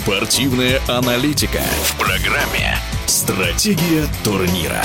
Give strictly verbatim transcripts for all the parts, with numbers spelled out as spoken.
Спортивная аналитика в программе «Стратегия турнира».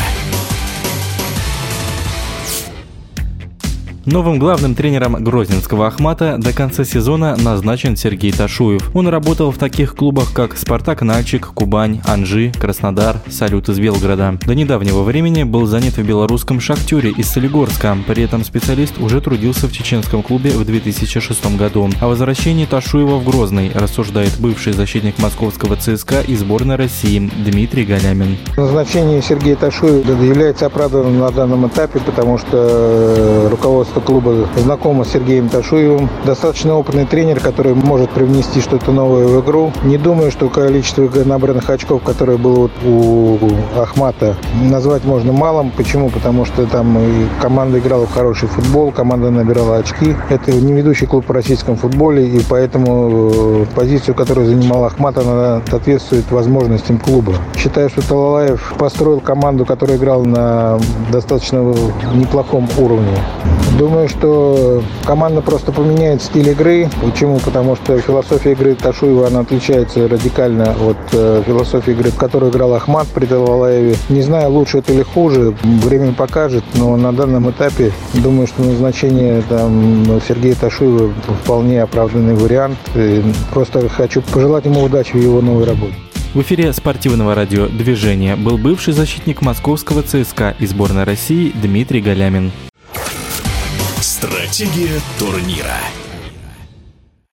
Новым главным тренером грозненского «Ахмата» до конца сезона назначен Сергей Ташуев. Он работал в таких клубах, как «Спартак» Нальчик, Кубань, Анжи, Краснодар, «Салют» из Белгорода. До недавнего времени был занят в белорусском «Шахтере» из Солигорска. При этом специалист уже трудился в чеченском клубе в две тысячи шестом году. О возвращении Ташуева в Грозный рассуждает бывший защитник московского ЦСКА и сборной России Дмитрий Галямин. Назначение Сергея Ташуева является оправданным на данном этапе, потому что руководство клуба знакомо с Сергеем Ташуевым. Достаточно опытный тренер, который может привнести что-то новое в игру. Не думаю, что количество набранных очков, которое было у Ахмата, назвать можно малым. Почему? Потому что там и команда играла в хороший футбол, команда набирала очки. Это не ведущий клуб в российском футболе, и поэтому позицию, которую занимал Ахмат, она соответствует возможностям клуба. Считаю, что Талалаев построил команду, которая играла на достаточно неплохом уровне. Думаю, что команда просто поменяет стиль игры. Почему? Потому что философия игры Ташуева, она отличается радикально от э, философии игры, в которой играл Ахмат при Талалаеве. Не знаю, лучше это или хуже, время покажет, но на данном этапе думаю, что назначение там, Сергея Ташуева вполне оправданный вариант. И просто хочу пожелать ему удачи в его новой работе. В эфире спортивного радио «Движение» был бывший защитник московского ЦСКА и сборной России Дмитрий Галямин. Стратегия турнира.